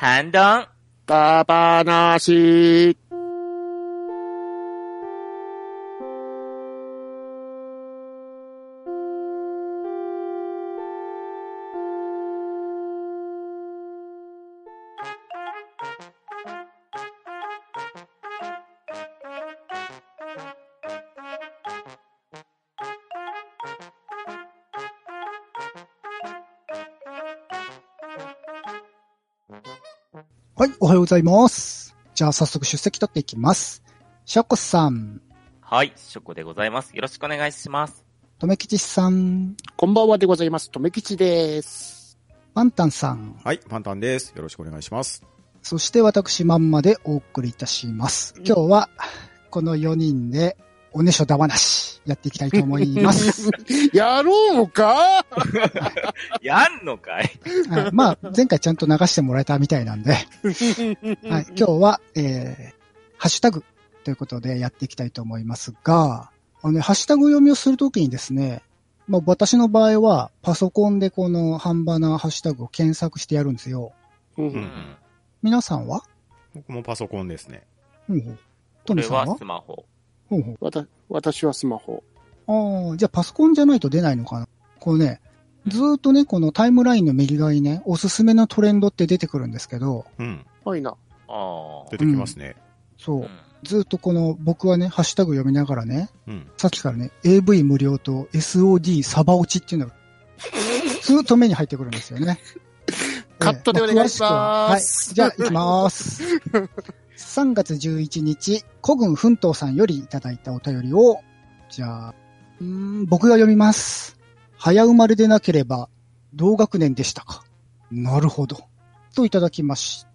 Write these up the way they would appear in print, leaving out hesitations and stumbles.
ハンドン。 ババナシ。 はい、おはようございます。じゃあ早速出席取っていきます。ショコさん。 はい、ショコでございます。よろしくお願いします。 とめきちさん。 こんばんはでございます。とめきちです。 パンタンさん。 はい、パンタンです。よろしくお願いします。 そして私まんまでお送りいたします。今日はこの4人でおねしょだ話やっていきたいと思います。 やろうかやんのかい、 はい、まあ前回ちゃんと流してもらえたみたいなんで、はい、今日は、ハッシュタグということでやっていきたいと思いますが、ハッシュタグ読みをするときにですね、まあ私の場合はパソコンでこの半端なハッシュタグを検索してやるんですよ。皆さんは？ 僕もパソコンですね。 トミさんは？ これはスマホ。 私はスマホ。 ああ、じゃあパソコンじゃないと出ないのかな。こうね、ずーっとね、このタイムラインの右側にね、おすすめのトレンドって出てくるんですけど。 はいな。 出てきますね。 そう。ずーっとこの、僕はね、ハッシュタグ読みながらね、さっきからね、AV 無料と SOD サバ落ちっていうのが、ずーっと目に入ってくるんですよね。 カットでお願いします。 はい。じゃあ、行きます。3月11日、古軍奮闘さんよりいただいたお便りを、じゃあ、僕が読みます。早生まれでなければ、同学年でしたか。なるほど。といただきました。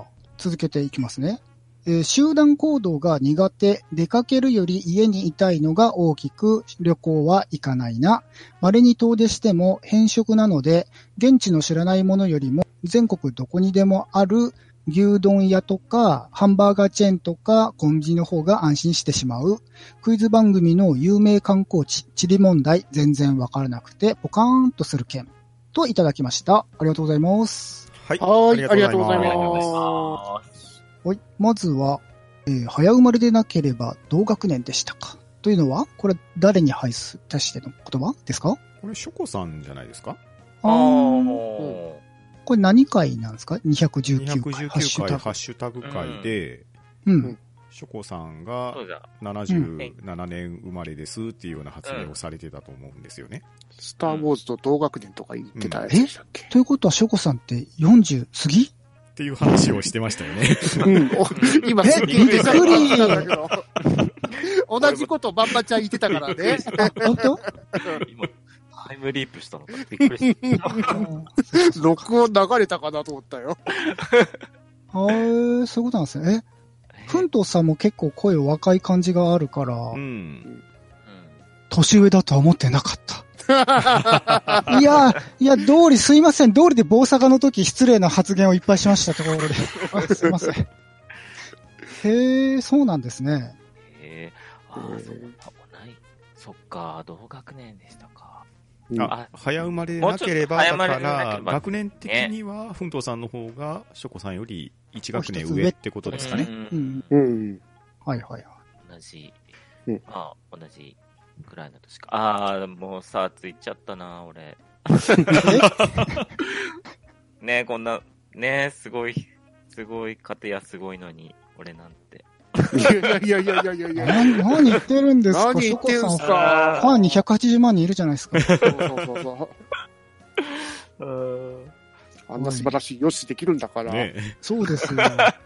続けていきますね。集団行動が苦手、出かけるより家にいたいのが大きく、旅行は行かないな。稀に遠出しても偏食なので、現地の知らないものよりも全国どこにでもある牛丼屋とかハンバーガーチェーンとかコンビニの方が安心してしまう。クイズ番組の有名観光地、地理問題全然わからなくてポカーンとする件といただきました。ありがとうございます。 はい。 ありがとうございます。 はい。まずは、早生まれでなければ同学年でしたか。というのは、これ誰に対しての言葉ですか？ これショコさんじゃないですか？ これ何回なんですか？ 219 回。 ハッシュタグ回で、ショコさんが77年生まれですっていうような発言をされてたと思うんですよね。 スターウォーズと同学年とか言ってたやつでしたっけ？ ということはショコさんって40過ぎ？ っていう話をしてましたよね。 今すっげえびっくりしたんだけど。同じことバンバちゃん言ってたからね。 本当？ 今タイムリープしたのかびっくりした。 録音流れたかなと思ったよ。 そういうことなんですね。奮闘さんも結構声若い感じがあるから、年上だとは思ってなかった。いや、道理すいません。道理で大阪の時失礼な発言をいっぱいしましたところで。すいません。へえ、そうなんですね。 そっか、同学年でしたか。 早生まれでなければ、だから、学年的には、奮闘さんの方が、ショコさんより1学年上ってことですかね。 はいはいはい。 同じくらいの年か。もうさ、ついちゃったな、俺。ねこんな、ねすごい方やすごいのに、俺なんて。 いや。 何言ってるんですか？ 何言ってんすか？ ファンに180万人いるじゃないですか。 そう。あんな素晴らしいよしできるんだから。 そうですよ。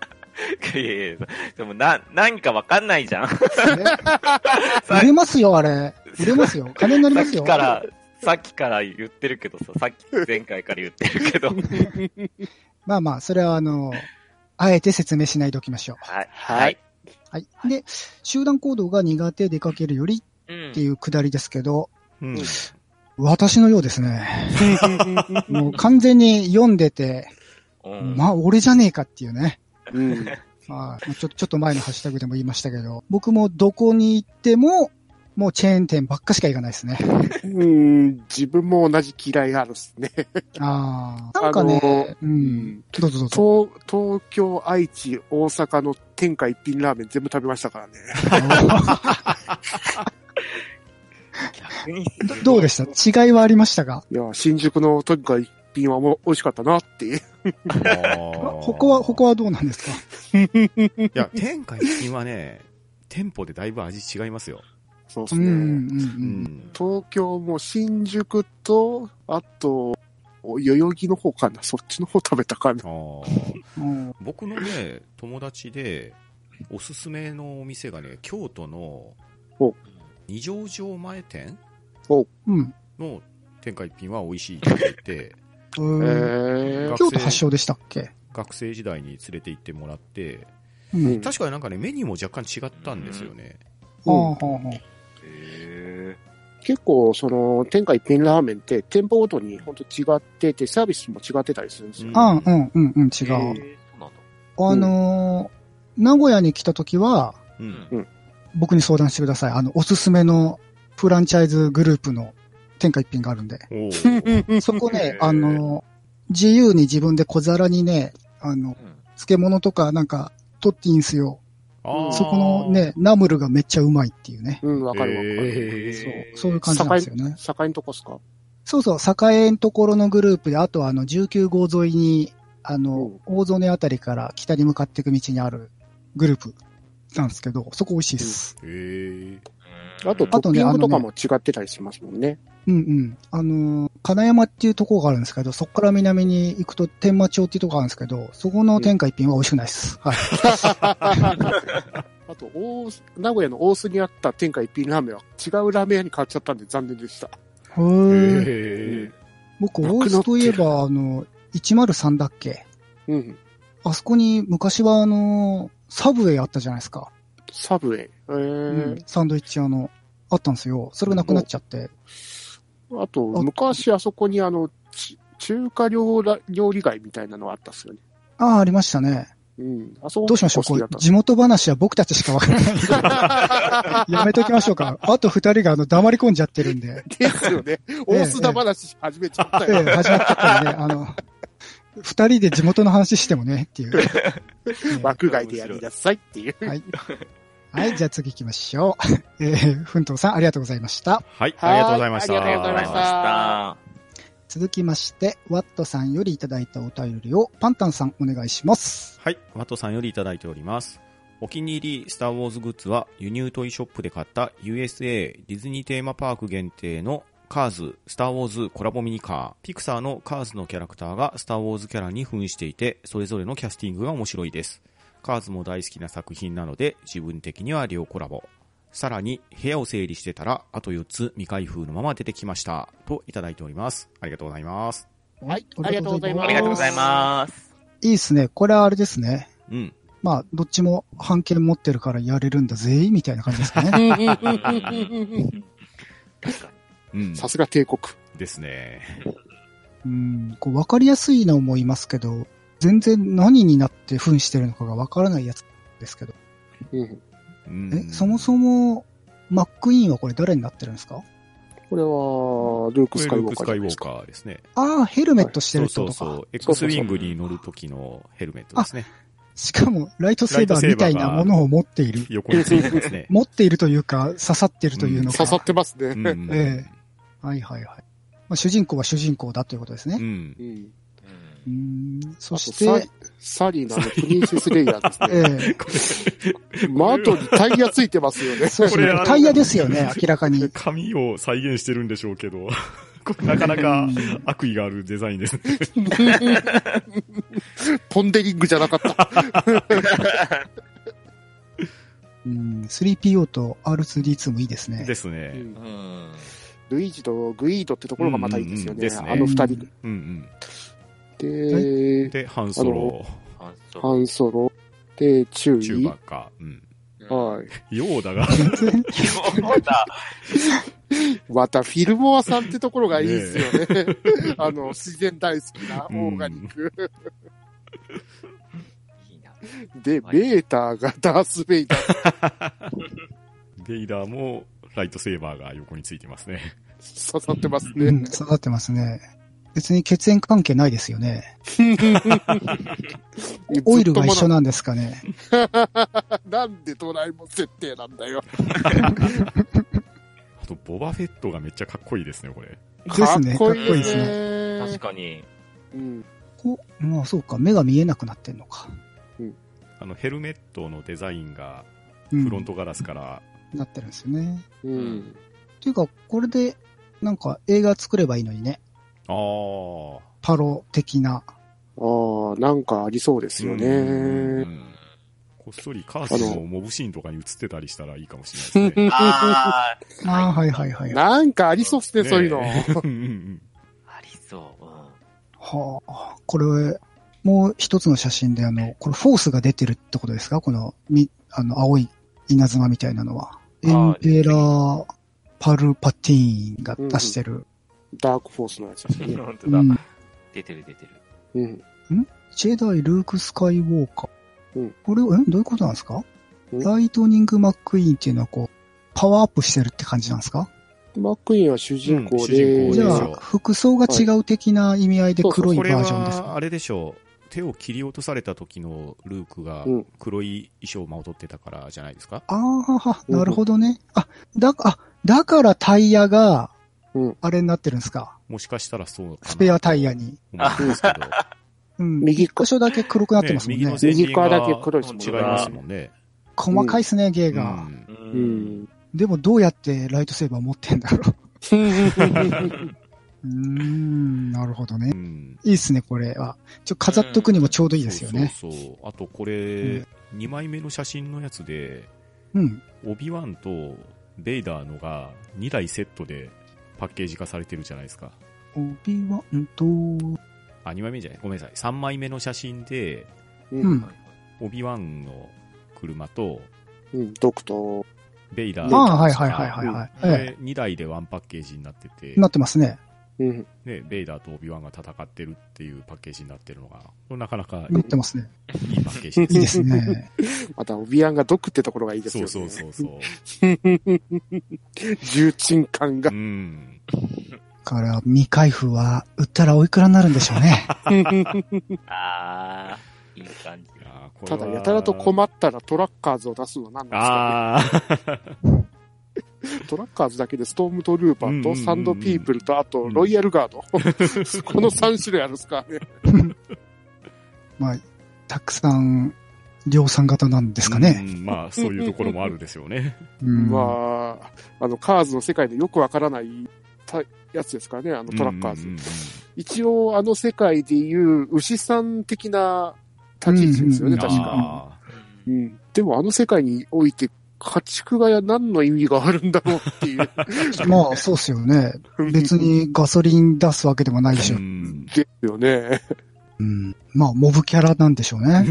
でも何かわかんないじゃん。 売れますよ、あれ。売れますよ。金になりますよ。 さっきから言ってるけどさ、前回から言ってるけど。 まあ、それはあえて説明しないでおきましょう。 はい。 で、集団行動が苦手出かけるよりっていうくだりですけど、私のようですね。もう完全に読んでて、まあ俺じゃねえかっていうね。ちょっと前のハッシュタグでも言いましたけど、僕もどこに行ってももうチェーン店ばっかしか行かないですね。 自分も同じ嫌いがあるっすね。 ああ。なんかね、どうぞどうぞ。 東京、愛知、大阪の天下一品ラーメン全部食べましたからね。 どうでした？違いはありましたか？ いや、新宿の天下一品はもう美味しかったなっていう。 他はどうなんですか？ いや、天下一品はね、店舗でだいぶ味違いますよ。 そうですね。東京も新宿と、あと、代々木の方かな。そっちの方食べたかな。 僕のね、友達で、おすすめのお店がね、京都の二条城前店の天下一品は美味しいって言って、 京都発祥でしたっけ？ 学生時代に連れて行ってもらって、確かになんかね、メニューも若干違ったんですよね。 結構、その、天下一品ラーメンって店舗ごとに本当違ってて、サービスも違ってたりするんですよ。 違う。名古屋に来た時は、僕に相談してください。おすすめのフランチャイズグループの天下一品があるんで。そこね、自由に自分で小皿にね、漬物とかなんか取っていいんすよ。そこのね、ナムルがめっちゃうまいっていうね。 わかるわかる。 そういう感じなんですよね。 境のとこっすか？ そうそう、栄のところのグループで、あと19号沿いに、大曽根あたりから北に向かっていく道にあるグループなんですけど、そこ美味しいです。 あとトッピングとかも違ってたりしますもんね。 金山っていうところがあるんですけど、そこから南に行くと天満町っていうところがあるんですけど、そこの天下一品は美味しくないです。はい。あと、名古屋の大須にあった天下一品ラーメンは違うラーメン屋に変わっちゃったんで残念でした。 僕、大須といえば、103だっけ？あそこに昔はサブウェイあったじゃないですか。 サブウェイ。 サンドイッチ屋の、あったんですよ。それがなくなっちゃって。 あと、昔あそこに中華料理街みたいなのがあったっすよね。 ありましたね。どうしましょう？地元話は僕たちしかわからない。やめときましょうか。あと二人が黙り込んじゃってるんで。 ですよね。大須田話始めちゃったよ。 始まっちゃったんで、二人で地元の話してもね、っていう。 枠外でやりなさいっていう。 はい。はい、じゃあ次行きましょう。奮闘さん、ありがとうございました。 はい、ありがとうございました。 ありがとうございました。 続きまして、ワットさんよりいただいたお便りをパンタンさんお願いします。 はい、ワットさんよりいただいております。お気に入りスターウォーズグッズは輸入トイショップで買った USA ディズニーテーマパーク限定のカーズ、スターウォーズコラボミニカー。ピクサーのカーズのキャラクターがスターウォーズキャラに扮していて、それぞれのキャスティングが面白いです。カーズも大好きな作品なので、自分的には両コラボ。さらに、部屋を整理してたら、あと4つ未開封のまま出てきました。といただいております。ありがとうございます。 はい、ありがとうございます。 ありがとうございます。 いいですね。これはあれですね。まあ、どっちも版権持ってるからやれるんだぜ、みたいな感じですかね。 確かに。さすが帝国。 ですね。 こう分かりやすいのも言いますけど、全然何になって扮してるのかが分からないやつですけど。そもそも、マックイーンはこれ誰になってるんですか？ これは、ルーク・スカイウォーカーですね。 ヘルメットしてるってことか。 そう。X ウィングに乗る時のヘルメットですね。 しかも、ライトセーバーみたいなものを持っている。 横についてますね。 持っているというか、刺さってるというのか。 刺さってますね。 はい。まあ、主人公は主人公だということですね。そして、 サリーのプリンセスレイヤーですね。マートにタイヤついてますよね。 そうですね。タイヤですよね、明らかに。 髪を再現してるんでしょうけど、なかなか悪意があるデザインですね。 ポンデリングじゃなかった。 3PO と R2D2 もいいですね。 ですね。 ルイージとグイードってところがまたいいですよね。あの二人。 で、ハンソロ。 で、チューバーか。 はい。 ヨーダが。 ヨーダ。 また、フィルモアさんってところがいいですよね。自然大好きなオーガニック。で、ベーターがダース・ベイダー。 ベイダーもライトセーバーが横についてますね。 刺さってますうん、 ね。 刺さってますね。別に血縁関係ないですよね。オイルが一緒なんですかね。 なんでドラえもん設定なんだよ。 あと、ボバフェットがめっちゃかっこいいですね、これ。 ですね。かっこいいでですすね。 ね。 確かに。 うん。 まあそうか、目が見えなくなってんのか。 ヘルメットのデザインがうんフロントガラスから、 なってるんですよね。 うん。 というか、これで、なんか映画作ればいいのにね。 ああ。 パロ的な。 ああ、なんかありそうですようね。 んこっそりカースのモブシーンとかに映ってたりしたらいいかもしれないですね。 ああ、 ああ、はいはいはい。はなんかありそうっすね、そういうの。 ねうんうんありそう。うん。 あ、これ、もう一つの写真でこれフォースが出てるってことですか？この、青い稲妻みたいなのは。エンペラー・パルパティーンが出してる。 ダークフォースのやつですよね。 本当だ。 うん。 出てる出てる。 うん。 ジェダイ・ルーク・スカイウォーカー。 うんこれ、どういうことなんですか？ うんライトニング・マックイーンっていうのはこう、パワーアップしてるって感じなんですか？ マックイーンは主人公うん主で、 人公じゃあですよ、 服装が違う的な意味合いで黒いこれバージョンですか？ は、あれでしょう。手を切り落とされた時のルークがうん黒い衣装をまとってたからじゃないですか？ ああ、なるほどね。だからタイヤがうん、 あれになってるんですか？ もしかしたらそうかな。 スペアタイヤに。 思うんですけど。 うん。 右一箇所だけ黒くなってますもんね。 右の前輪右側だけ黒いですもんね違いますもんね。 細かいっすね、芸が。 うんう。 うんん。 でもどうやってライトセーバー持ってんだろう。なるほどねう。んいいっすね、これは。飾っとくにもちょうどいいですよね。 そうそうそう。あとこれ、2枚目の写真のやつで、 うん。 オビワンとベイダーのが2台セットでパッケージ化されてるじゃないですか。 オビワンと、 2枚目じゃない。ごめんなさい。3枚目の写真で、 うん。 オビワンの車とうん、ドクと、 ベイダーああ、はいはいはいはいはい。 こえれ2台でワンパッケージになってて、 なってますね。 うん。 ね、ベイダーとオビワンが戦ってるっていうパッケージになってるのが、これなかなかなってますね。 いいパッケージいいでですすね。 ね。 また、オビアンがドクってところがいいですそよね。 うそうそうそう。 重鎮感がう。ん。 だから、未開封は売ったらおいくらになるんでしょうね。 ああ、いい感じ。 いやーこれはただ、やたらと困ったらトラッカーズを出すのは何なんああ、 ですかね。トラッカーズだけでストームトルーパーとサンドピープルと、あと、ロイヤルガード。この3種類あるんですからね。 まあ、たくさん量産型なんですかね。 うんまあ、そういうところもあるでしょうね。 うん。 まあ、カーズの世界でよくわからないやつですからね、トラッカーズ。 うんうんうん一応、世界でいう牛さん的な立ち位置ですよね、 うん確か。 あうん。でも、世界において、家畜が何の意味があるんだろうっていう。 まあ、そうっすよね。別にガソリン出すわけでもないでしょ。 ーうんですよね。 うん。まあ、モブキャラなんでしょうね。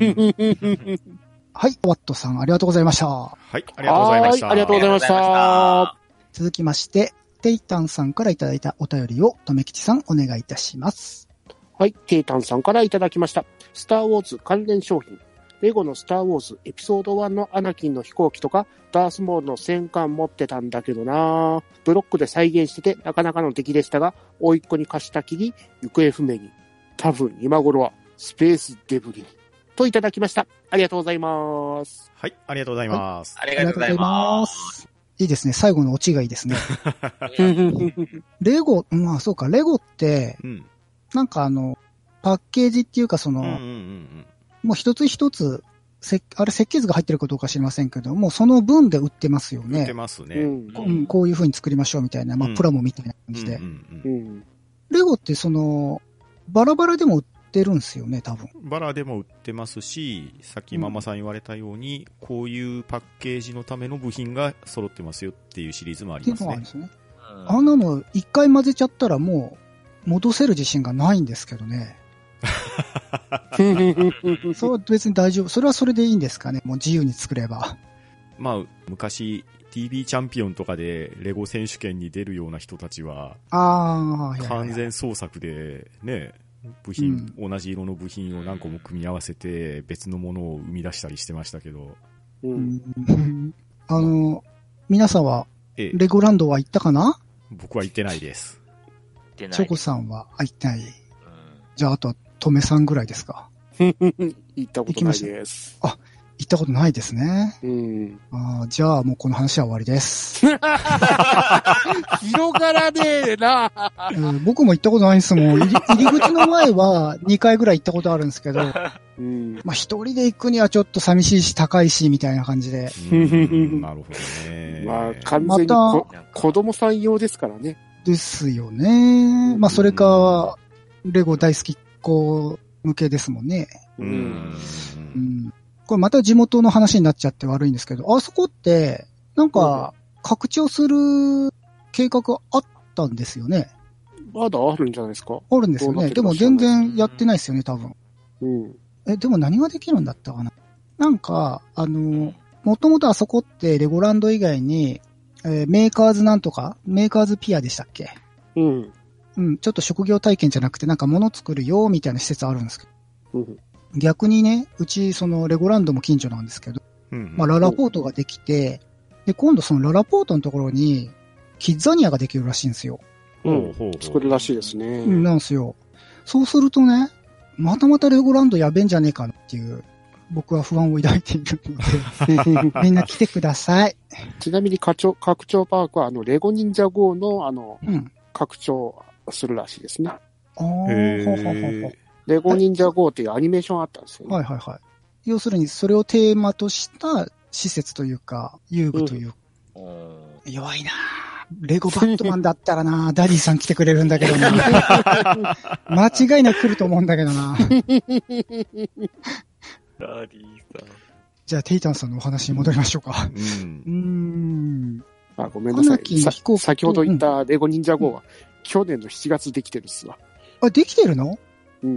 はい、ワットさん、ありがとうございました。 はい、ありがとうございました。 はいありがとうございました。 続きまして、テイタンさんからいただいたお便りを、とめきちさん、お願いいたします。 はい、ケイタンさんからいただきました。スターウォーズ関連商品。レゴのスターウォーズエピソード1のアナキンの飛行機とか、ダースモールの戦艦持ってたんだけどなブロックで再現しててなかなかの出来でしたが、甥っ子に貸したきり、行方不明に。多分今頃はスペースデブリに。といただきました。ありがとうございます。 はい、ありがとうございます。 ありがとうございます。 いいですね。最後のオチがいいですね。レゴ、まあそうか、レゴって、 うん。 なんかパッケージっていうかうんうんうんもう一つ一つ、あれ設計図が入ってるかどうか知りませんけど、もうその分で売ってますようん。売ってね。 ますね。 うんこういう風に作りましょうみたいな、まあうんプラモみたいな感じで。 うんうんうんうん。 レゴってバラバラでも売ってるんですよね、多分。 バラでも売ってますし、さっきママさん言われたように、こういうパッケージのための部品が揃ってますよっていうシリーズもありますねっていうのがあるんで。すね。 うんあんなの一回混ぜちゃったらもう戻せる自信がないんですけどね。それは別に大丈夫。それはそれでいいんですかね。もう自由に作れば。 まあ、昔、TV チャンピオンとかでレゴ選手権に出るような人たちは、 ああ、 完全創作でね、部品、同じ色の部品を何個も組み合わせて別のものを生み出したりしてましたけど、 う。 うんん皆さんはええ、 レゴランドは行ったかな？ 僕は行ってないです。 出ない。 チョコさんは行ってない。 うん、 じゃあ、あとは、トメさんぐらいですか？ 行ったことないです。 行ったことないですね。 うん。 じゃあ、もうこの話は終わりです。 広がらねえな。 僕も行ったことないんですもん。入り口の前は2回ぐらい行ったことあるんですけど、 うん、 まあ一人で行くにはちょっと寂しいし高いしみたいな感じで。 なるほどね。 まあ完全に子供さん用ですからね。 ですよね。まあそれか、レゴ大好きっ子向けですもんね。これまた地元の話になっちゃって悪いんですけど、あそこって、なんか、拡張する計画あったんですよね。 まだあるんじゃないですか。 あるんですよね。でも全然やってないですよね、多分。 うん。 でも何ができるんだったかな。なんか、もともとあそこってレゴランド以外に、メーカーズなんとか、メーカーズピアでしたっけ？うん。うん、ちょっと職業体験じゃなくてなんか物作るよ、みたいな施設あるんですけど。うん。逆にね、うちそのレゴランドも近所なんですけど、まあララポートができて、で、今度そのララポートのところに、キッザニアができるらしいんですよ。 うん。作るらしいですね。 なんですよ。そうするとね、またまたレゴランドやべんじゃねえかなっていう、僕は不安を抱いているので、みんな来てください。 ちなみに拡張パークはレゴ忍者 GO の拡張するらしいですね。レゴ忍者 GO っていうアニメーションあったんですよね。 はいはいはい。要するにそれをテーマとした施設というか、遊具という。弱いなレゴバットマンだったらなダディさん来てくれるんだけどな間違いなく来ると思うんだけどなダディさん。 じゃあテイタンさんのお話に戻りましょうか。 ごめんなさい。先ほど言ったレゴ忍者 GO は、去年の7月できてるっすわ。 できてるの？うん。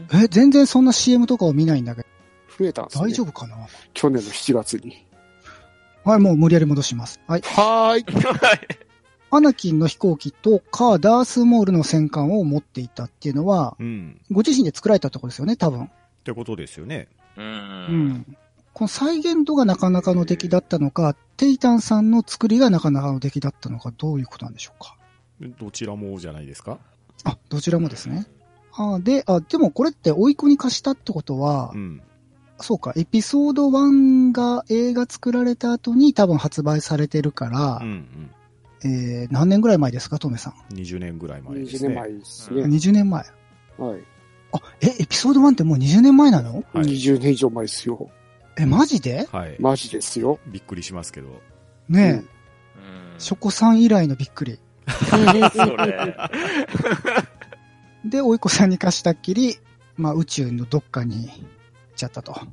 全然そんな CM とかを見ないんだけど。 増えたんですね。 大丈夫かな？ 去年の7月に。 はい、もう無理やり戻します。はい。アナキンの飛行機とダースモールの戦艦を持っていたっていうのは、ご自身で作られたところですよね、多分。 ってことですよね。 この再現度がなかなかの出来だったのか、テイタンさんの作りがなかなかの出来だったのか、どういうことなんでしょうか。 どちらもじゃないですか。 どちらもですね。でもこれって甥いっ子に貸したってことは、そうか、エピソード1が映画作られた後に多分発売されてるから、何年ぐらい前ですか、トメさん。 20年ぐらい前ですね。 20年前ですね。 20年前。 はい。 エピソード1ってもう20年前なの？ 20 年以上前ですよ。 マジで？ はい。 マジですよ。 びっくりしますけど。 ねえ。ショコさん以来のびっくり。 それ。 で、甥いっ子さんに貸したっきり、まあ宇宙のどっかに行っちゃったと。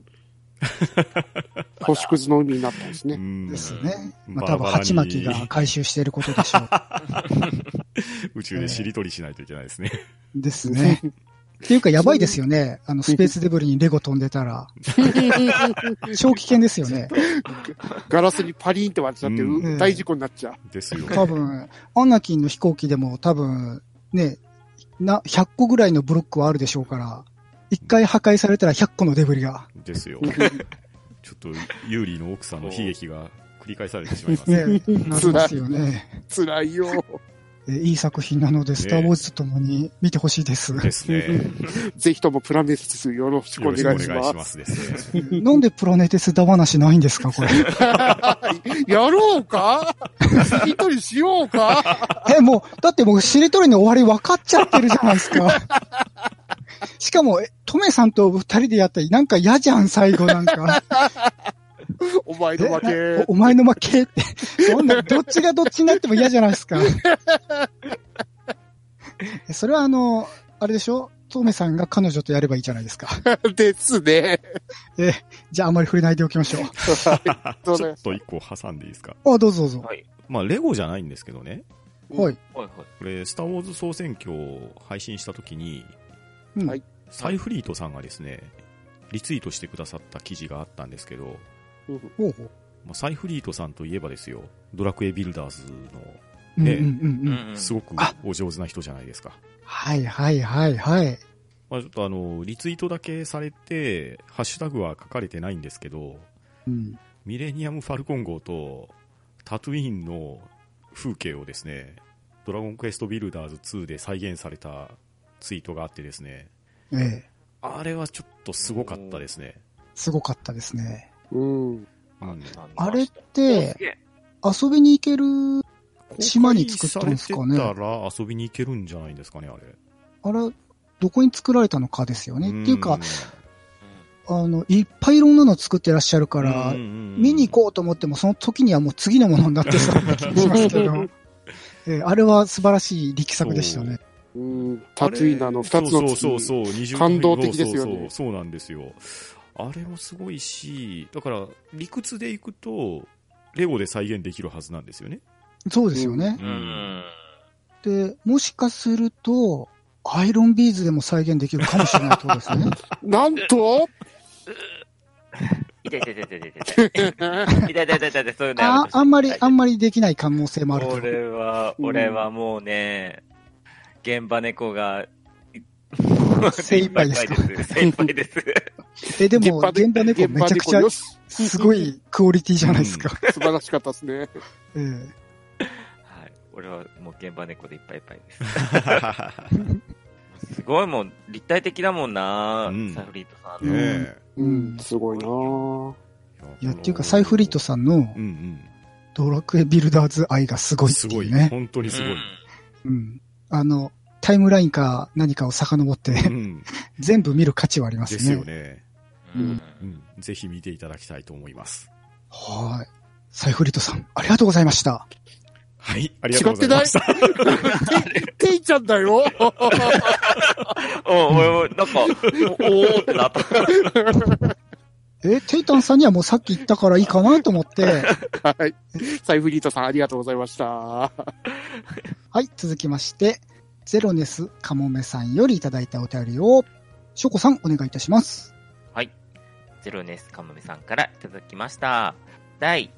星屑の海になったんですね。 ですね。まあ多分、鉢巻きが回収していることでしょう。 宇宙でしりとりしないといけないですね。 ですね。っていうか、やばいですよね。スペースデブリにレゴ飛んでたら。超危険ですよね。 ガラスにパリーンって割れちゃって、大事故になっちゃう。 ですよ。 多分、アナキンの飛行機でも多分、ね、100個ぐらいのブロックはあるでしょうから、一回破壊されたら100個のデブリが。 ですよ。ちょっと、ユーリの奥さんの悲劇が繰り返されてしまいますね。 なりますよね。 辛いよ。 いい作品なので、スターウォーズとともに見てほしいです。ですね。 ぜひともプラネテスよろしくお願いします。 ですね。なんでプラネテスだ話ないんですか、これ。 やろうかしりとりしようかもう、だって僕、しりとりの終わり分かっちゃってるじゃないですか。しかも、トメさんと二人でやったら、なんか嫌じゃん、最後なんか。 お前の負け。 お前の負けって。そんな、どっちがどっちになっても嫌じゃないですか。それはあれでしょ？トメさんが彼女とやればいいじゃないですか。 ですね。 じゃああんまり触れないでおきましょう。 ちょっと一個挟んでいいですか？ どうぞどうぞ。 はい。まあ、レゴじゃないんですけどね。 はい。 これ、スターウォーズ総選挙を配信したときに、サイフリートさんがですね、リツイートしてくださった記事があったんですけど、サイフリートさんといえばですよ、ドラクエビルダーズの、すごくお上手な人じゃないですか。 はいはいはいはい。 まあちょっとリツイートだけされて、ハッシュタグは書かれてないんですけど、ミレニアム・ファルコン号とタトゥインの風景をですね、ドラゴンクエストビルダーズ2で再現されたツイートがあってですね、 ええ。 あれはちょっとすごかったですね。 すごかったですね。 うん。 うんあれっおすて、 げえ遊びに行ける、島に作ったんですかね公開されてたら遊びに行けるんじゃないんですかね、あれ。 あれ、どこに作られたのかですよね。っていうかん、 いっぱいいろんなの作ってらっしゃるから、 見見に行こうと思っても、その時にはもう次のものになってそうな気がしますけど、あれは素晴らしい力作でしたね。 うん。タトゥイーナの二つの月。 そうそうそう感動的ですよねそうなんですよ。あれもすごいし、だから理屈でいくと、レゴで再現できるはずなんですよね。 そうですよね。 うん。 で、もしかすると、アイロンビーズでも再現できるかもしれないってことですよね。 なんと痛い痛い痛い痛い痛い痛い。痛い痛い痛い痛い、そういうのやめてほしいあんまりできない可能性もあると。 俺はもうね、現場猫が、 精一杯ですか精一杯です。 でも、現場猫めちゃくちゃよしすごいクオリティじゃないですか。 素晴らしかったですね。 ええはい。俺はもう現場猫でいっぱいいっぱいです。すごいもう立体的だもんな、 うんサイフリートさんの。 ねえ。 うん、すごいなぁ。 いや、っていうか、サイフリットさんのうんうん。 ドラクエビルダーズ愛がすごいってすごい。 いうね。 本当にすごい。 うん。タイムラインか何かを遡ってうん。 全部見る価値はありますね。 ですよね。 うんうん。ぜひ見ていただきたいと思います。 はい。サイフリットさん、ありがとうございました。 はい。ありがとうございました。 ケイちゃんだよ。 俺、なんか、おーってなった。 テイタンさんにはもうさっき言ったからいいかなと思って、 はい。サイフリートさんありがとうございました。 はい、続きまして、ゼロネスカモメさんよりいただいたお便りを、ショコさんお願いいたします。 はい。ゼロネスカモメさんからいただきました。第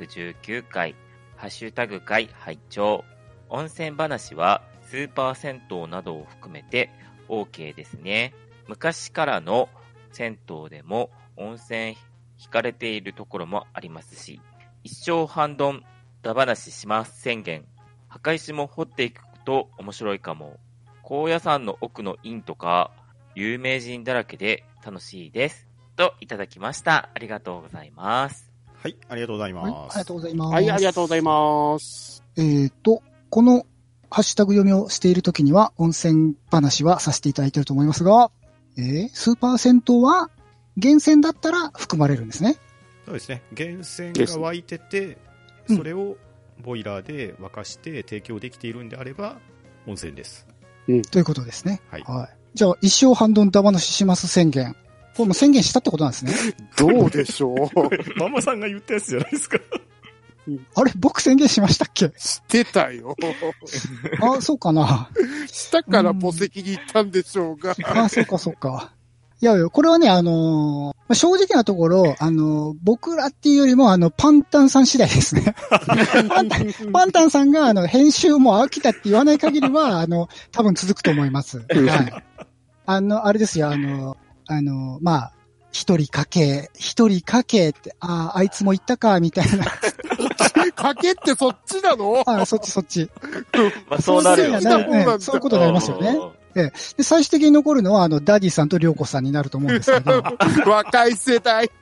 219回、ハッシュタグ会拝聴。温泉話はスーパー銭湯などを含めて OK ですね。昔からの銭湯でも温泉引かれているところもありますし、一生半ドンだ話します宣言。墓石も掘っていくと面白いかも。高野山の奥の院とか有名人だらけで楽しいです。といただきました。ありがとうございます。 はい。ありがとうございはい、 ます。 ありがとうございます。 はい、ありがとうございます。 このハッシュタグ読みをしているときには温泉話はさせていただいていると思いますが、スーパー銭湯は源泉だったら含まれるんですね。 そうですね。源泉が湧いてて、 うんそれをボイラーで沸かして提供できているんであれば、温泉です。 ということですね。 はいじゃあ、一生半ドンだ話します宣言。これもう宣言したってことなんですね。 どうでしょう。 ママさんが言ったやつじゃないですか。 あれ僕宣言しましたっけしてたよ。 あ、そうかな。 したから墓石に行ったんでしょうが。 あ、そうかそうか。いやいや、これはね、正直なところ、僕らっていうよりも、パンタンさん次第ですね。パンタンさんが、編集も飽きたって言わない限りは、多分続くと思います。はい。あれですよ、まあ、一人かけって、あいつも言ったか、みたいな。 かけってそっちなのそっち。 まあ、そうなるよね。 そういうことになりますよね。で、最終的に残るのは、ダディさんとリョウコさんになると思うんですけど。 若い世代。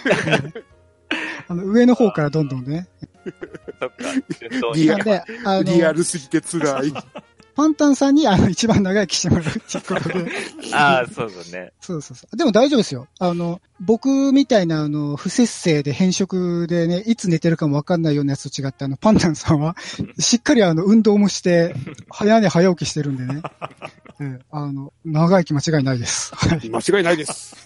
上の方からどんどんね。 そっか。 リアなんで、 リアルすぎて辛い。 パンタンさんに一番長生きしてもらうっていうことで。 そうだね。 そう。でも大丈夫ですよ。僕みたいな不節制で変色でね、いつ寝てるかもわかんないようなやつと違って、パンタンさんは、しっかり運動もして、早寝早起きしてるんでね。長生き間違いないです。はい。 間違いないです。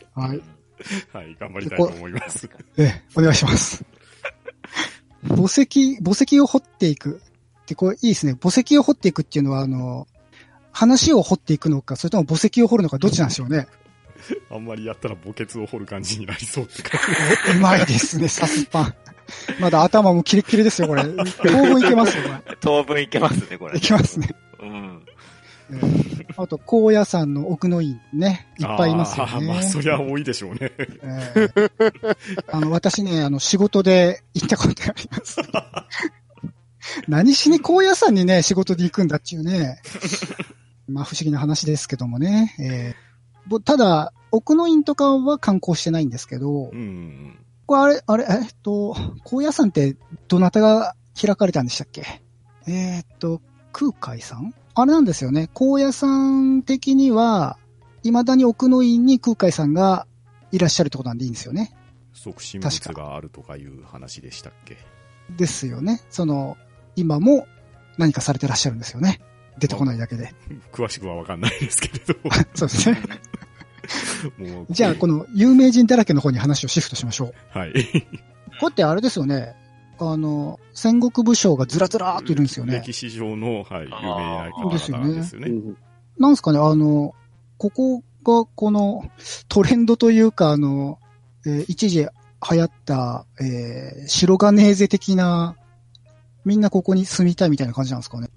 はい。 はい、頑張りたいと思います。 お願いします。墓石を掘っていく。で、これいいですね。墓石を掘っていくっていうのは、話を掘っていくのか、それとも墓石を掘るのか、どっちなんでしょうね。 あんまりやったら墓穴を掘る感じになりそうって感うまいですね、サスパン。まだ頭もキレッキレですよ、これ。当分いけますよ、これ。 当分いけますね、これ。 いけますね。 うん。 あと、高野山の奥の院ね、いっぱいいますよね。 まあ、そりゃ多いでしょうね。 私ね、仕事で行ったことがあります。 何しに高野山にね、仕事で行くんだっちゅうね。まあ不思議な話ですけどもね。ただ、奥の院とかは観光してないんですけど、 うん。 これあれ、高野山ってどなたが開かれたんでしたっけ？空海さん？あれなんですよね。高野山的には、未だに奥の院に空海さんがいらっしゃるってことなんでいいんですよね。 即身仏があるとかいう話でしたっけ？ ですよね。今も何かされてらっしゃるんですよね。出てこないだけで。 詳しくはわかんないですけれど。 そうですね。 もうじゃあ、この有名人だらけの方に話をシフトしましょう。 はい。 これってあれですよね。戦国武将がずらずらーっといるんですよね。 歴史上の、はい、有名な方々 ですよねですよね。 なんですかね、ここがこのトレンドというか、一時流行った、白金ーゼ的な、みんなここに住みたいみたいな感じなんですかね。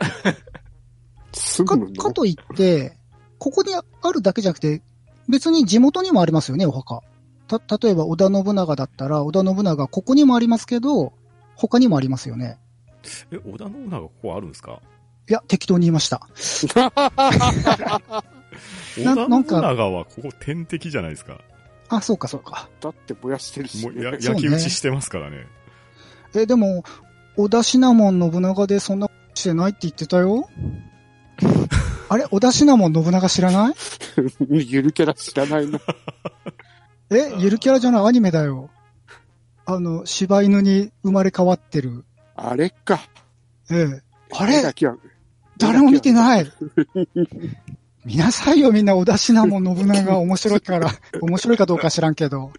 住むのかといって、ここにあるだけじゃなくて、別に地元にもありますよね、お墓。例えば織田信長だったら、織田信長ここにもありますけど、他にもありますよね。 織田信長ここあるんですか？ いや、適当に言いました。 織田信長はここ天敵じゃないですか。 あ、そうかそうか。 だって燃やしてるし、ね。 焼き討ちしてますからね。 でも、織田信長信長でそんなことしてないって言ってたよ。あれ織田信長信長知らない？ ゆるキャラ知らないの。 ゆるキャラじゃないアニメだよ。柴犬に生まれ変わってる。 あれか。 あれ誰も見てない。見なさいよみんな、織田信長信長面白いから。面白いかどうか知らんけど。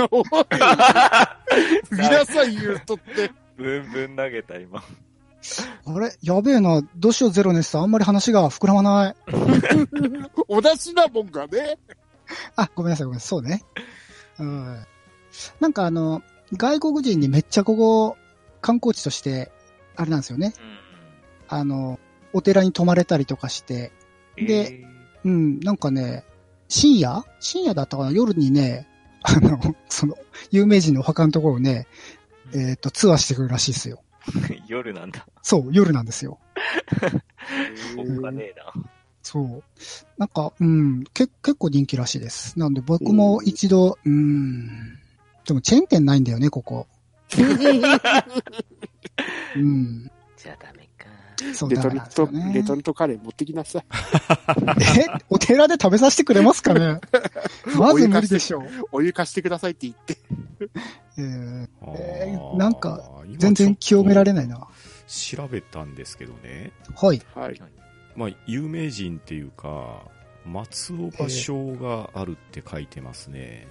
見なさい言うとって。 ブンブン投げた今。 あれやべえな。どうしようゼロネスさん。あんまり話が膨らまない。 織田信長がね。 あ、ごめんなさいごめんなさい。そうね。なんか外国人にめっちゃここ、観光地として、あれなんですよね。お寺に泊まれたりとかして、で、なんかね、深夜だったかな夜にね、有名人のお墓のところをね、ツアーしてくるらしいですよ。 夜なんだ。 そう、夜なんですよ。 おかねえな。 そう。なんか、結構人気らしいです。なんで僕も一度、でもチェーン店ないんだよね、ここ。 じゃあダメか。 そうレなんですよね。 トルトカレー持ってきなさい。 お寺で食べさせてくれますかね？まず無理でしょう。 お湯貸してくださいって言って。 なんか、全然清められないな。 調べたんですけどね。 はい。 はい。 まあ、有名人っていうか、松尾芭蕉があるって書いてますね。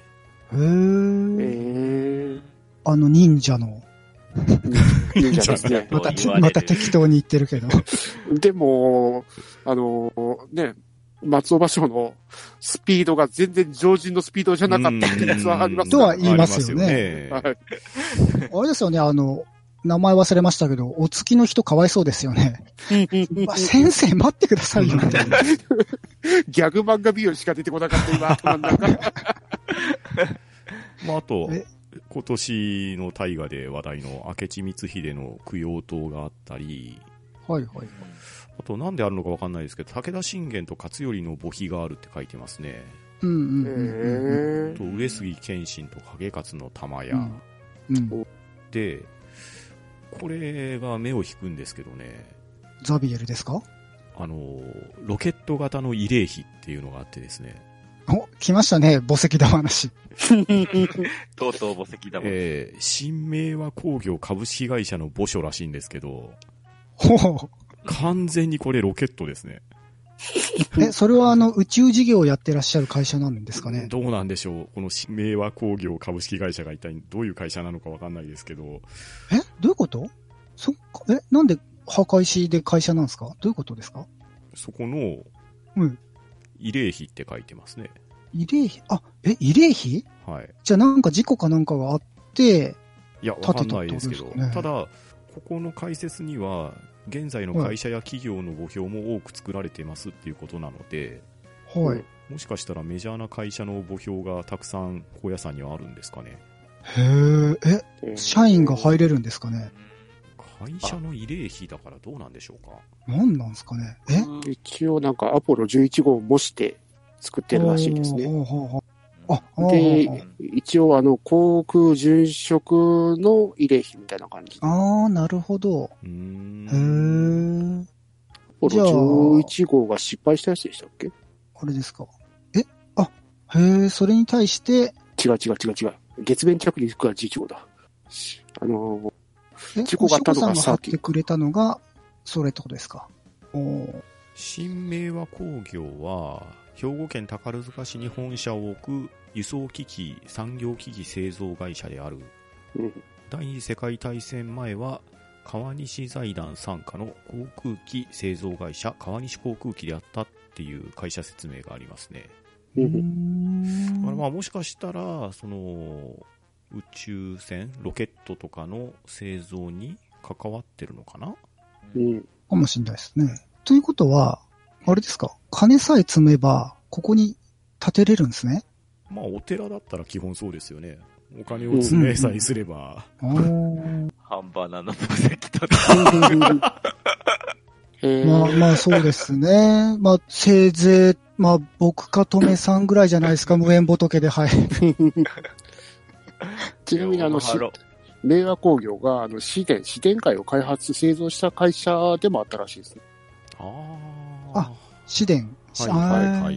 忍者の。 忍者ですね。 また適当に言ってるけど。 でも、ね、松尾芭蕉のスピードが全然常人のスピードじゃなかったってやつはありますとは言いますよね。 はい。 あれですよね、名前忘れましたけど、お月の人かわいそうですよね。先生待ってくださいよ、みたいな。 ギャグ漫画日和しか出てこなかった今、頭の中。 まあ、あと、今年の大河で話題の明智光秀の供養塔があったり、 はいはいはい。 あとなんであるのかわかんないですけど、武田信玄と勝頼の墓碑があるって書いてますね。と上杉謙信と景勝の玉屋、で、これが目を引くんですけどね。 ザビエルですか？ ロケット型の慰霊碑っていうのがあってですね。 お、来ましたね、墓石玉話。 とうとう墓石玉。 新明和工業株式会社の墓所らしいんですけど、 ほう。 完全にこれロケットですね。 それは宇宙事業をやってらっしゃる会社なんですかね？ どうなんでしょう。この新明和工業株式会社が一体どういう会社なのかわかんないですけど。 どういうこと？そっか、なんで墓石で会社なんですか？どういうことですか？ そこの、慰霊碑って書いてますね。 慰霊碑？慰霊碑？はい。じゃあなんか事故かなんかがあって、 いや、わかんないですけど、ただ、ここの解説には、現在の会社や企業の墓標も多く作られてますっていうことなので、 はい。 もしかしたらメジャーな会社の墓標がたくさん高野山にはあるんですかね。 社員が入れるんですかね。 会社の慰霊碑だからどうなんでしょうか。 何なんですかね。 一応なんかアポロ11号を模して作ってるらしいですね。で、一応航空殉職の慰霊碑みたいな感じ。 なるほど。 アポロ11号が失敗したやつでしたっけ？ これですか。それに対して。 違う。月面着陸が11号だ。事故があったのが星子さんが貼ってくれたのが、それってことですか。 新明和工業は、兵庫県宝塚市に本社を置く輸送機器、産業機器製造会社である。第二次世界大戦前は、川西財団傘下の航空機製造会社、川西航空機であったっていう会社説明がありますね。まあもしかしたら、宇宙船、ロケットとかの製造に関わってるのかな？ かもしれないですね。ということは、あれですか、金さえ積めば、ここに建てれるんですね。 まあ、お寺だったら基本そうですよね。お金を積めさえすれば。 半端なの墓石とまあそうですね。まあせいぜい、僕かとめさんぐらいじゃないですか、無縁仏で、はい。 ちなみに明和工業が市電界を開発、製造した会社でもあったらしいですね。 市電。 はい。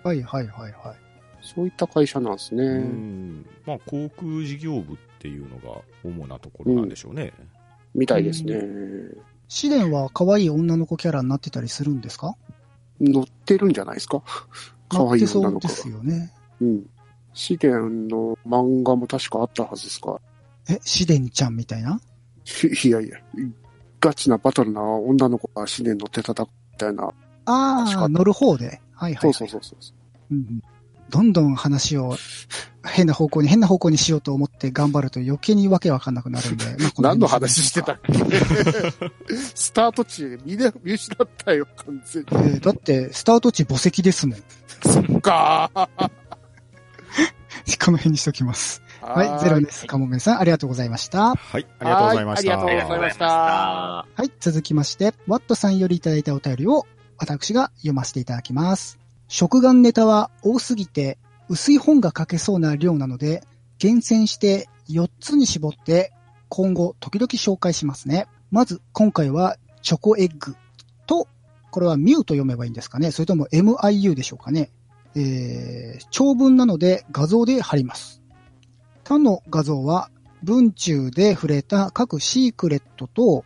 そういった会社なんですね。 まあ航空事業部っていうのが主なところなんでしょうね。 みたいですね。 市電は可愛い女の子キャラになってたりするんですか？ 乗ってるんじゃないですか。可愛い女の子が。 そうですよね。 市電の漫画も確かあったはずですか。 市電ちゃんみたいな？ いや、ガチなバトルな女の子が市電乗って叩くみたいな。 乗る方で。はい。 そう。 どんどん話を変な方向にしようと思って頑張ると余計にわけわかんなくなるんで。 何の話してたっけ？スタート地で見失ったよ、完全に。 だって、スタート地墓石ですもん。 そっかー。 この辺にしときます。はい、ゼロです。かもめさん、ありがとうございました。 はい、ありがとうございました。 ありがとうございました。 はい、続きまして、ワットさんよりいただいたお便りを私が読ませていただきます。食玩ネタは多すぎて薄い本が書けそうな量なので、厳選して4つに絞って今後時々紹介しますね。まず今回はチョコエッグと、これはミューと読めばいいんですかね、それとも MIU でしょうかね。長文なので画像で貼ります。他の画像は文中で触れた各シークレットと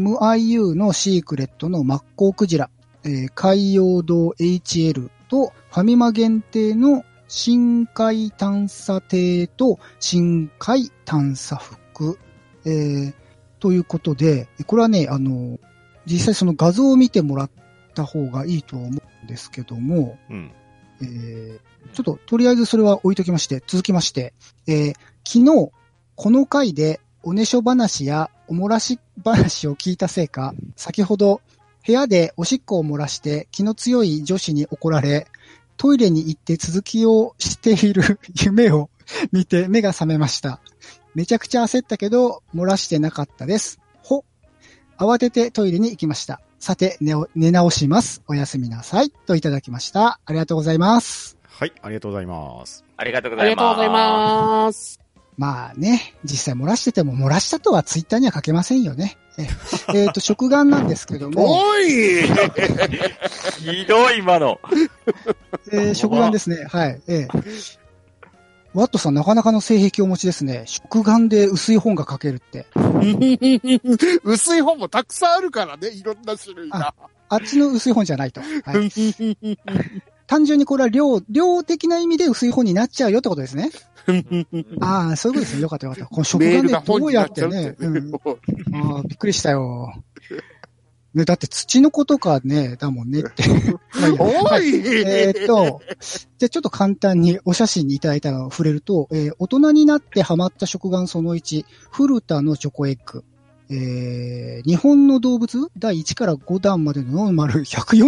MIU のシークレットのマッコウクジラ、海洋堂 HL とファミマ限定の深海探査艇と深海探査服、ということで、これはね、実際その画像を見てもらった方がいいと思うんですけども、ちょっととりあえずそれは置いときまして、続きまして、昨日この回でおねしょ話やおもらし話を聞いたせいか、先ほど部屋でおしっこを漏らして気の強い女子に怒られ、トイレに行って続きをしている夢を見て目が覚めました。めちゃくちゃ焦ったけど漏らしてなかったです。慌ててトイレに行きました。さて、寝直します。おやすみなさい。といただきました。ありがとうございます。 はい、ありがとうございます。 ありがとうございます。 まあね、実際漏らしてても漏らしたとはツイッターには書けませんよね。食玩なんですけども。 おいひどい今の。 食玩ですね。はい。ワットさんなかなかの性癖をお持ちですね。食玩で薄い本が書けるって。 薄い本もたくさんあるからね、いろんな種類が。 あっちの薄い本じゃないと。はい、単純にこれは量的な意味で薄い本になっちゃうよってことですね。ああ、そういうことですね。よかったよかった。この食玩でどうやってね。びっくりしたよ。ね、だって土の子とかね、だもんねって。 おいじゃあちょっと簡単にお写真にいただいたのを触れると、大人になってハマった食玩その1、古田のチョコエッグ。日本の動物第1から5弾までのノーマル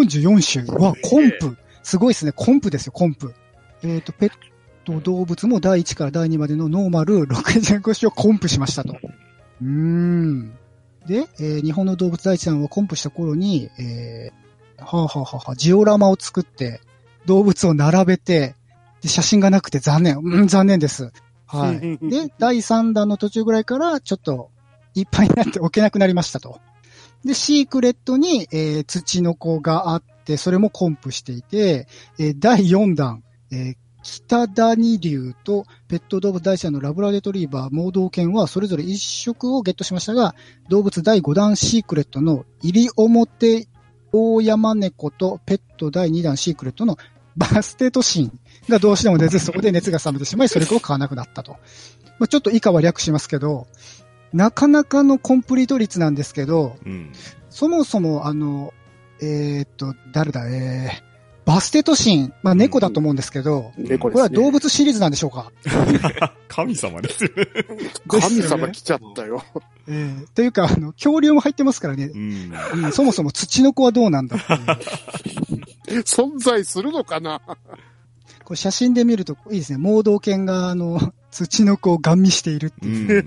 144種。コンプ。すごいですね。コンプですよ、コンプ。ペット動物も第1から第2までのノーマル65種をコンプしましたと。 で、日本の動物大地さんはコンプした頃に、ジオラマを作って、動物を並べて、で、写真がなくて残念。残念です。はい。で、第3弾の途中ぐらいから、ちょっと、いっぱいになって置けなくなりましたと。で、シークレットに、土の子があって、それもコンプしていて、第4弾、北谷竜とペット動物大社のラブラレトリーバー、盲導犬はそれぞれ1色をゲットしましたが、動物第5弾シークレットの入表大山猫とペット第2弾シークレットのバステトシンがどうしても出ず、そこで熱が冷めてしまい、それを買わなくなったと。まあ、ちょっと以下は略しますけど、なかなかのコンプリート率なんですけど、そもそも誰だ、バステトシン、まあ猫だと思うんですけど、これは動物シリーズなんでしょうか？ 神様ですよね。 神様来ちゃったよ。 というか、恐竜も入ってますからね。そもそも土の子はどうなんだっていう。 存在するのかな？ これ写真で見るといいですね。盲導犬が土の子をガン見しているっていう。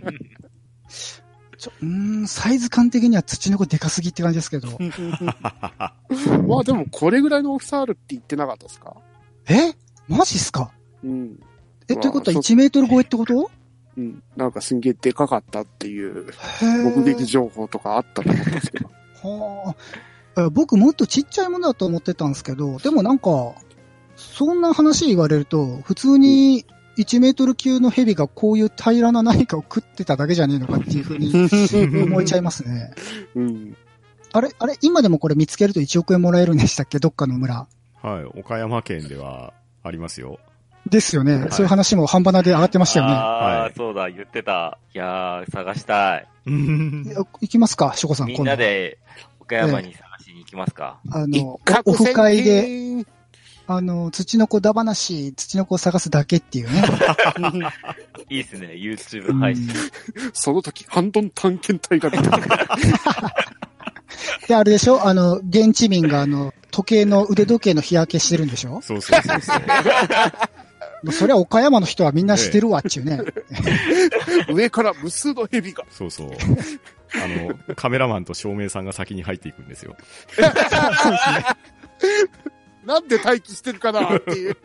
サイズ感的には土の子でかすぎって感じですけど。 まあでもこれぐらいの大きさあるって言ってなかったですか？ マジっすか？ ということは1メートル超えってこと？ なんかすんげえでかかったっていう目撃情報とかあったと思うんですけど。 僕もっとちっちゃいものだと思ってたんですけど、でもなんか、そんな話言われると、普通に1メートル級のヘビがこういう平らな何かを食ってただけじゃねえのかっていうふうに思えちゃいますね。あれ、今でもこれ見つけると1億円もらえるんでしたっけ？どっかの村。 はい、岡山県ではありますよ。 ですよね。はい、そういう話も半端なで上がってましたよね。 はい、そうだ、言ってた。いやー、探したい。 行きますか、ショコさん。 みんなで岡山に探しに行きますか。 オフ会で、土の子だ話、土の子を探すだけっていうね。 いいですね、YouTube 配信。 その時、ハンドン探検隊が出た。 で、あれでしょ？現地民が腕時計の日焼けしてるんでしょ？ そう。 そりゃ岡山の人はみんなしてるわっちゅうね。 上から無数の蛇が。 そう。カメラマンと照明さんが先に入っていくんですよ。 なんで待機してるかなっていう。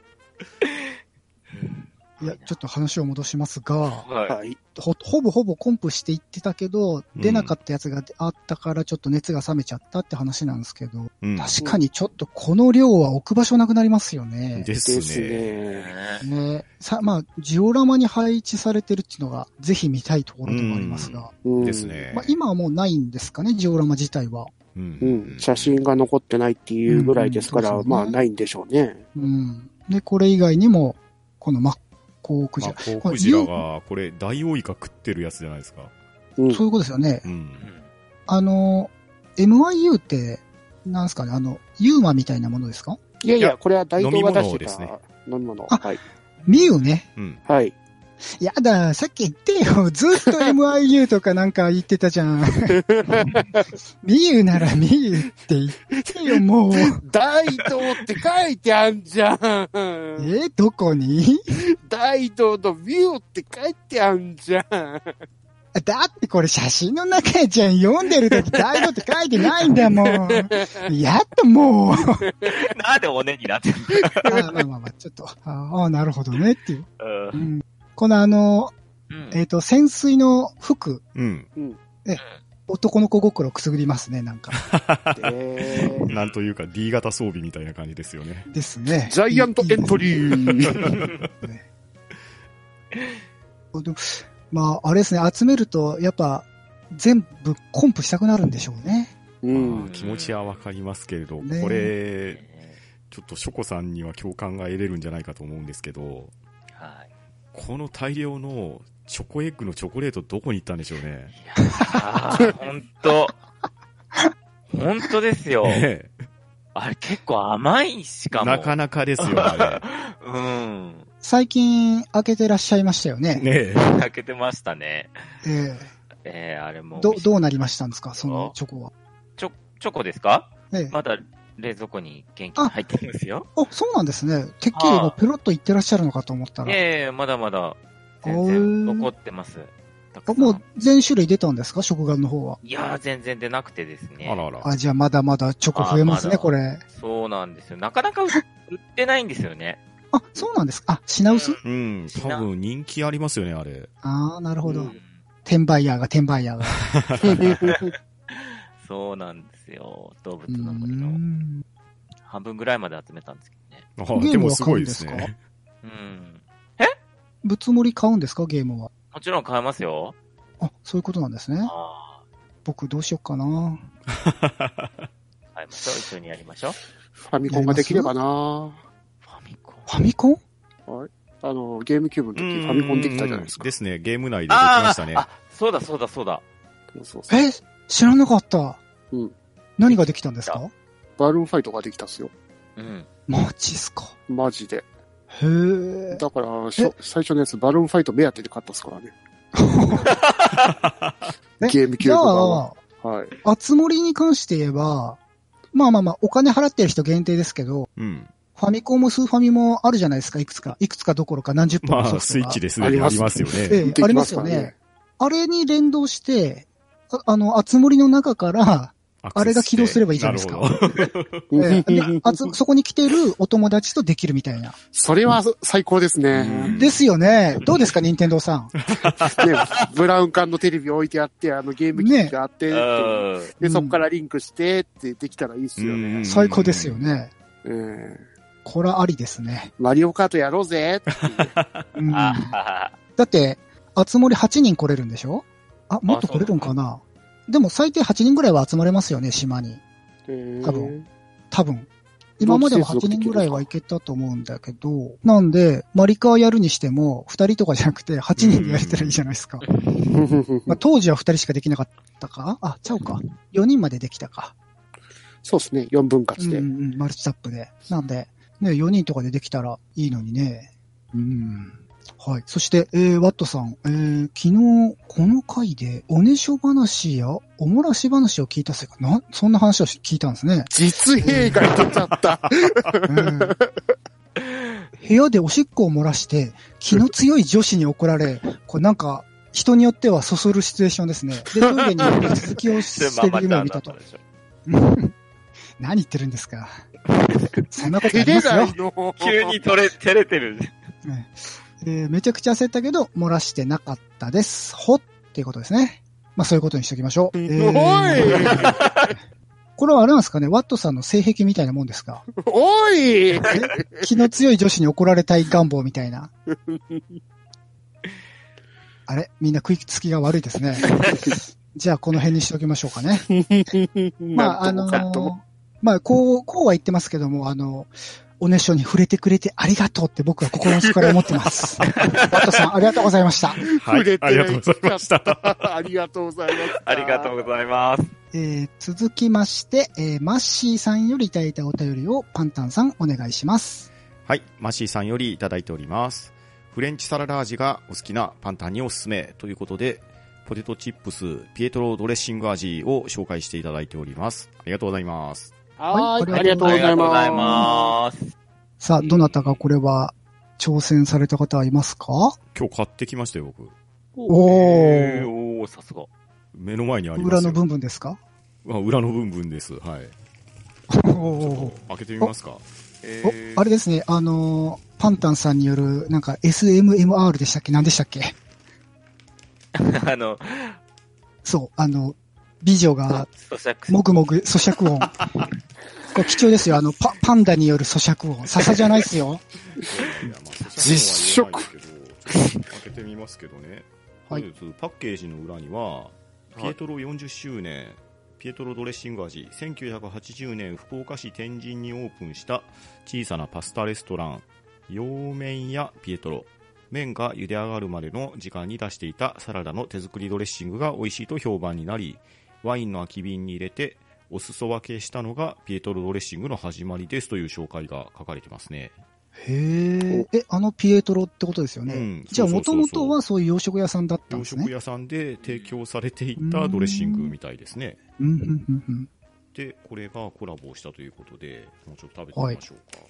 いや、ちょっと話を戻しますが、 はい、 ほぼコンプしていってたけど、出なかったやつがあったからちょっと熱が冷めちゃったって話なんですけど、確かにちょっとこの量は置く場所なくなりますよね。 ですね。まあ、ジオラマに配置されてるっていうのがぜひ見たいところでもありますが。 ですね。 まあ、今はもうないんですかね、ジオラマ自体は。 写真が残ってないっていうぐらいですから、まあないんでしょうね。 で、これ以外にも、このマッコウクジラ。 マッコウクジラが、これ、ダイオウイカ食ってるやつじゃないですか。 そういうことですよね。MIU って、なんすかね、ユーマみたいなものですか？ いや、これは大東が出してた飲み物。はい。 ミュウね。 はい。 やだ、さっき言ってよ。ずっと MIU とかなんか言ってたじゃん。ミユならミユって言ってよ、もう。 大東って書いてあんじゃん。 どこに？ 大東のミュウって書いてあんじゃん。 だってこれ写真の中じゃん。読んでるとき大東って書いてないんだもん。やっともう。 なんでおねになってるまあ、ちょっと。なるほどねっていう。この潜水の服。男の子心くすぐりますね、なんか。 なんというか D 型装備みたいな感じですよね。 ですね。 ジャイアントエントリー。 まあ、あれですね、集めると、やっぱ、全部コンプしたくなるんでしょうね。 気持ちはわかりますけれど、これ、ちょっとショコさんには共感が得れるんじゃないかと思うんですけど、この大量のチョコエッグのチョコレートどこに行ったんでしょうね。 いや本当ですよ。あれ結構甘いしかも。 なかなかですよ、あれ。 最近開けてらっしゃいましたよね。 開けてましたね。あれも。 どうなりましたんですか、そのチョコは。 チョコですか？まだ冷蔵庫に元気に入ってますよ。 そうなんですね。てっきりもうペロッと言ってらっしゃるのかと思ったら。 まだまだ全然残ってます。 たくさん。 もう全種類出たんですか、食玩の方は。 いやー、全然出なくてですね。 あらあら。 あ、じゃあまだまだチョコ増えますね、 まだこれ。 そうなんですよ。なかなか売ってないんですよね。 あ、そうなんですか。あ、品薄、 うん、多分人気ありますよね、あれ。 ああ、なるほど。 うん転売ヤーが転売ヤーが。 そうなんですよ。動物うーの森のん半分ぐらいまで集めたんですけどね。 あゲームはでもすごいで買うんですすね。 うん。 物盛り買うんですか、ゲームは。 もちろん買えますよ。 あ、そういうことなんですね。 あ僕どうしよっかな。 あ。買いましょう。一緒にやりましょう。 ファミコンができればなファミコン。 ファミコンゲームキューブの時ファミコンできたじゃないですか。 ですね、ゲーム内でできましたね。 あ、そうだそうだそうだ。 そうそうえ、知らなかった。 うん。 何ができたんですか？ バルーンファイトができたっすよ。 うん。 マジっすか。 マジで。 へえ。 だから、最初のやつ、バルーンファイト目当てで買ったっすからね。 えゲームキューブじゃが。 あ、 はい。 あつ森に関して言えば、まあまあまあ、お金払ってる人限定ですけど、 うん。 ファミコンもスーファミもあるじゃないですか、いくつか。いくつかどころか何十本まあ、 のソフトが。 スイッチですでにありますよね。 ええ、ありますよね。あれに連動して、あつ森の中から、あれが起動すればいいじゃないですか。 なるほど。 でそこに来てるお友達とできるみたいな。 それは最高ですね。 うんですよね。どうですか、任天堂さん。 ね、ブラウン管のテレビ置いてあって、ゲーム機器があって、で、そこからリンクしてってできたらいいっすようねん。 最高ですよね。 うんこれはありですね。 マリオカートやろうぜってうん、 あだって、あつ森8人来れるんでしょ？あ、もっと来れるんかな？でも最低8人ぐらいは集まれますよね、島に。多分。多分。今までも8人ぐらいはいけたと思うんだけど、なんで、マリカーやるにしても、2人とかじゃなくて8人でやれたらいいじゃないですか。まあ、当時は2人しかできなかったか？あ、ちゃうか。4人までできたか。 そうですね、4分割で。 マルチタップで。なんで、ね、4人とかでできたらいいのにね。はい。そして、ワットさん、昨日、この回で、おねしょ話や、おもらし話を聞いたせいかな、そんな話を聞いたんですね。 実兵が出ちゃった。 部屋でおしっこを漏らして、気の強い女子に怒られ、これなんか、人によってはそそるシチュエーションですね。で、トイレに行って続きをしてる夢を見たと。何言ってるんですか。そんなことありますよ。 急に照れてる。 めちゃくちゃ焦ったけど、漏らしてなかったです。ほっていうことですね。まあそういうことにしておきましょう。 おいこれはあれなんですかね、ワットさんの性癖みたいなもんですか？ おい気の強い女子に怒られたい願望みたいな。あれみんな食いつきが悪いですね。じゃあこの辺にしておきましょうかね。まあまあこうは言ってますけども、おねしょに触れてくれてありがとうって僕は心の底から思ってます。ワットさんありがとうございました。 はい、ありがとうございました。 ありがとうございます。 ありがとうございます。 続きまして、マッシーさんよりいただいたお便りをパンタンさんお願いします。 はい、マシーさんよりいただいております。フレンチサラダ味がお好きなパンタンにおすすめということで、ポテトチップスピエトロドレッシング味を紹介していただいております。ありがとうございます。 はい、 はいありがとうございます。 さあ、どなたかこれは挑戦された方はいますか？ 今日買ってきましたよ、僕。 おー。 さすが。 目の前にありますよ。 裏の部分ですか？ 裏の部分です。はい。 お開けてみますか？ あれですね、パンタンさんによる、なんか SMMR でしたっけ？何でしたっけ？そう、美女が、もぐもぐ咀嚼音。これ貴重ですよ。パンダによる咀嚼音。笹じゃないですよ。 実食。 開けてみますけどね。 はい。 パッケージの裏には、ピエトロ40周年、ピエトロドレッシング味、1980年福岡市天神にオープンした小さなパスタレストラン、洋麺屋ピエトロ。麺が茹で上がるまでの時間に出していたサラダの手作りドレッシングが美味しいと評判になり、ワインの空き瓶に入れてお裾分けしたのがピエトロドレッシングの始まりですという紹介が書かれてますね。 へえ。ピエトロってことですよね。じゃあ、もともとはそういう洋食屋さんだったんですね。 洋食屋さんで提供されていたドレッシングみたいですね。で、これがコラボしたということで、もうちょっと食べてみましょうか。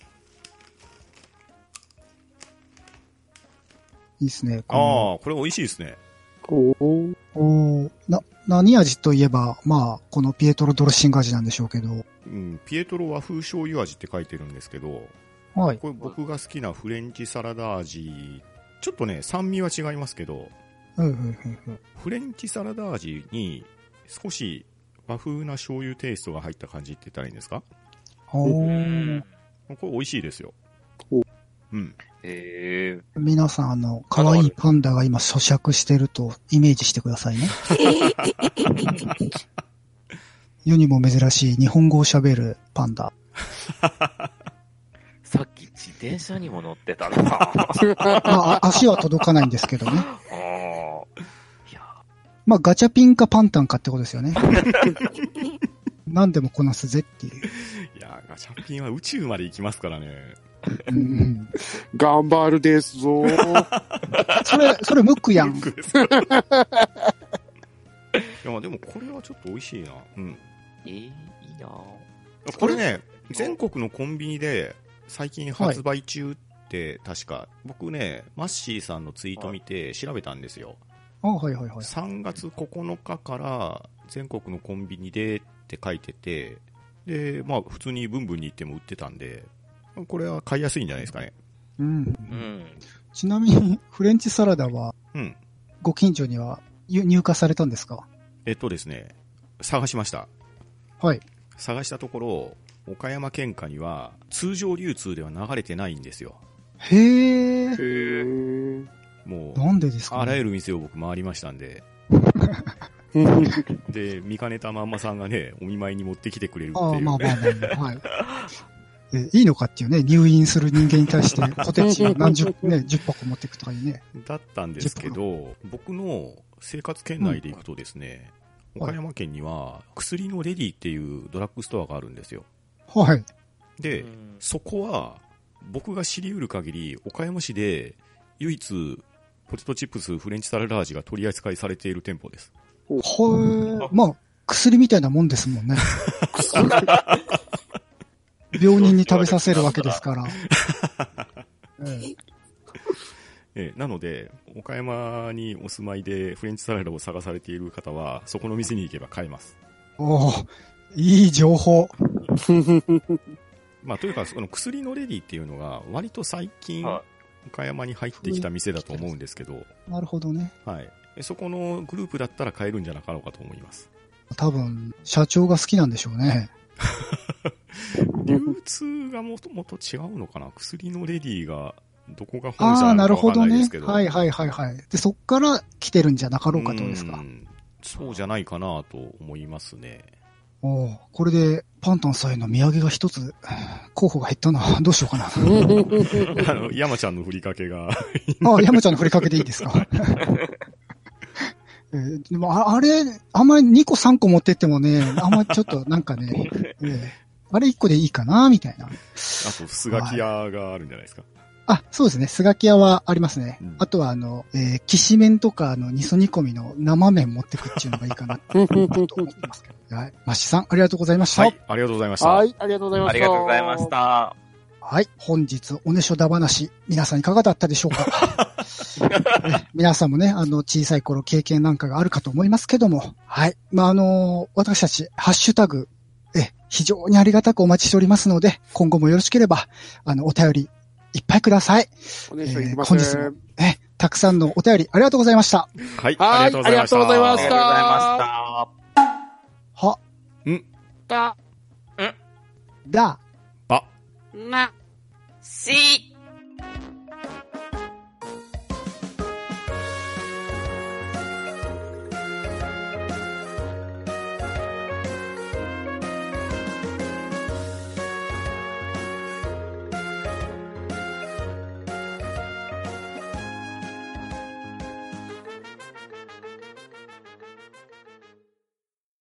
いいですね。 これ美味しいですね。 おー。 何味といえば、まあ、このピエトロドレッシング味なんでしょうけど。 うん、ピエトロ和風醤油味って書いてるんですけど、 はい。 これ僕が好きなフレンチサラダ味、ちょっとね、酸味は違いますけど、フレンチサラダ味に少し和風な醤油テイストが入った感じって言ったらいいんですか？ おうーん。 これ美味しいですよ。 おうん。 皆さん、可愛いパンダが今咀嚼してるとイメージしてくださいね。世にも珍しい日本語を喋るパンダ。 さっき自転車にも乗ってたな。 まあ、足は届かないんですけどね。 あーいやまあ、ガチャピンかパンタンかってことですよね。何でもこなすぜっていう。 いやー、ガチャピンは宇宙まで行きますからね。 うん頑張るですぞー。 それムックやん。 いや、でもこれはちょっと美味しいな。うん。 いいな。 これね、全国のコンビニで最近発売中って確か、僕ね、マッシーさんのツイート見て調べたんですよ。 あ、はいはいはい。 3月9日から全国のコンビニでって書いてて、で、まあ普通にブンブンに行っても売ってたんで、これは買いやすいんじゃないですかね。 うん。 うん。 ちなみに、フレンチサラダは、 うん。 ご近所には入荷されたんですか？ ですね、探しました。 はい。 探したところ、岡山県下には通常流通では流れてないんですよ。 へー。 へー。 もう、 なんでですかね？ あらゆる店を僕回りましたんで。で、見かねたまんまさんがね、お見舞いに持ってきてくれるっていう、ね。 まあ。はい。いいのかっていうね、入院する人間に対してポテチを10箱持っていくとかいうね。 だったんですけど、僕の生活圏内で行くとですね、岡山県には薬のレディっていうドラッグストアがあるんですよ。 はい。 で、そこは僕が知り得る限り、岡山市で唯一ポテトチップスフレンチサラダ味が取り扱いされている店舗です。 まあ、薬みたいなもんですもんね。病人に食べさせるわけですから。 なので、岡山にお住まいでフレンチサラダを探されている方は、そこの店に行けば買えます。 おー、いい情報。 まあ、というか、その薬のレディっていうのが、割と最近、岡山に入ってきた店だと思うんですけど、 なるほどね。 はい。そこのグループだったら買えるんじゃなかろうかと思います。 多分、社長が好きなんでしょうね。 流通がもともと違うのかな？薬のレディがどこが本社なのかわかんないですけど。 はいはいはいはい。で、そっから来てるんじゃなかろうかとですか。 そうじゃないかなと思いますね。 これでパンタンさんへの土産が一つ候補が減ったな。どうしようかな。 山ちゃんのふりかけが。 山ちゃんのふりかけでいいですか？でもあれ、あんまり2個3個持ってってもね、あんまりちょっとなんかね、あれ1個でいいかな、みたいな。あと、 スガキ屋があるんじゃないですか。 そうですね。スガキ屋はありますね。あとはきしめんとか味噌煮込みの生麺持ってくっていうのがいいかなと思ってますけど。はい。マッシさん、ありがとうございました。 はい、ありがとうございました。 はい、ありがとうございました。 ありがとうございました。 はい。本日、おねしょだ話、皆さんいかがだったでしょうか？皆さんもね、小さい頃経験なんかがあるかと思いますけども、はい。まあ、私たち、ハッシュタグ、非常にありがたくお待ちしておりますので、今後もよろしければ、お便り、いっぱいください。 おねしょいきます本日も、たくさんのお便りありがとうございました。 はい、ありがとうございました。 ありがとうございました。 ありがとうございました。 は、 ん、 だ、 ば、 な、 し、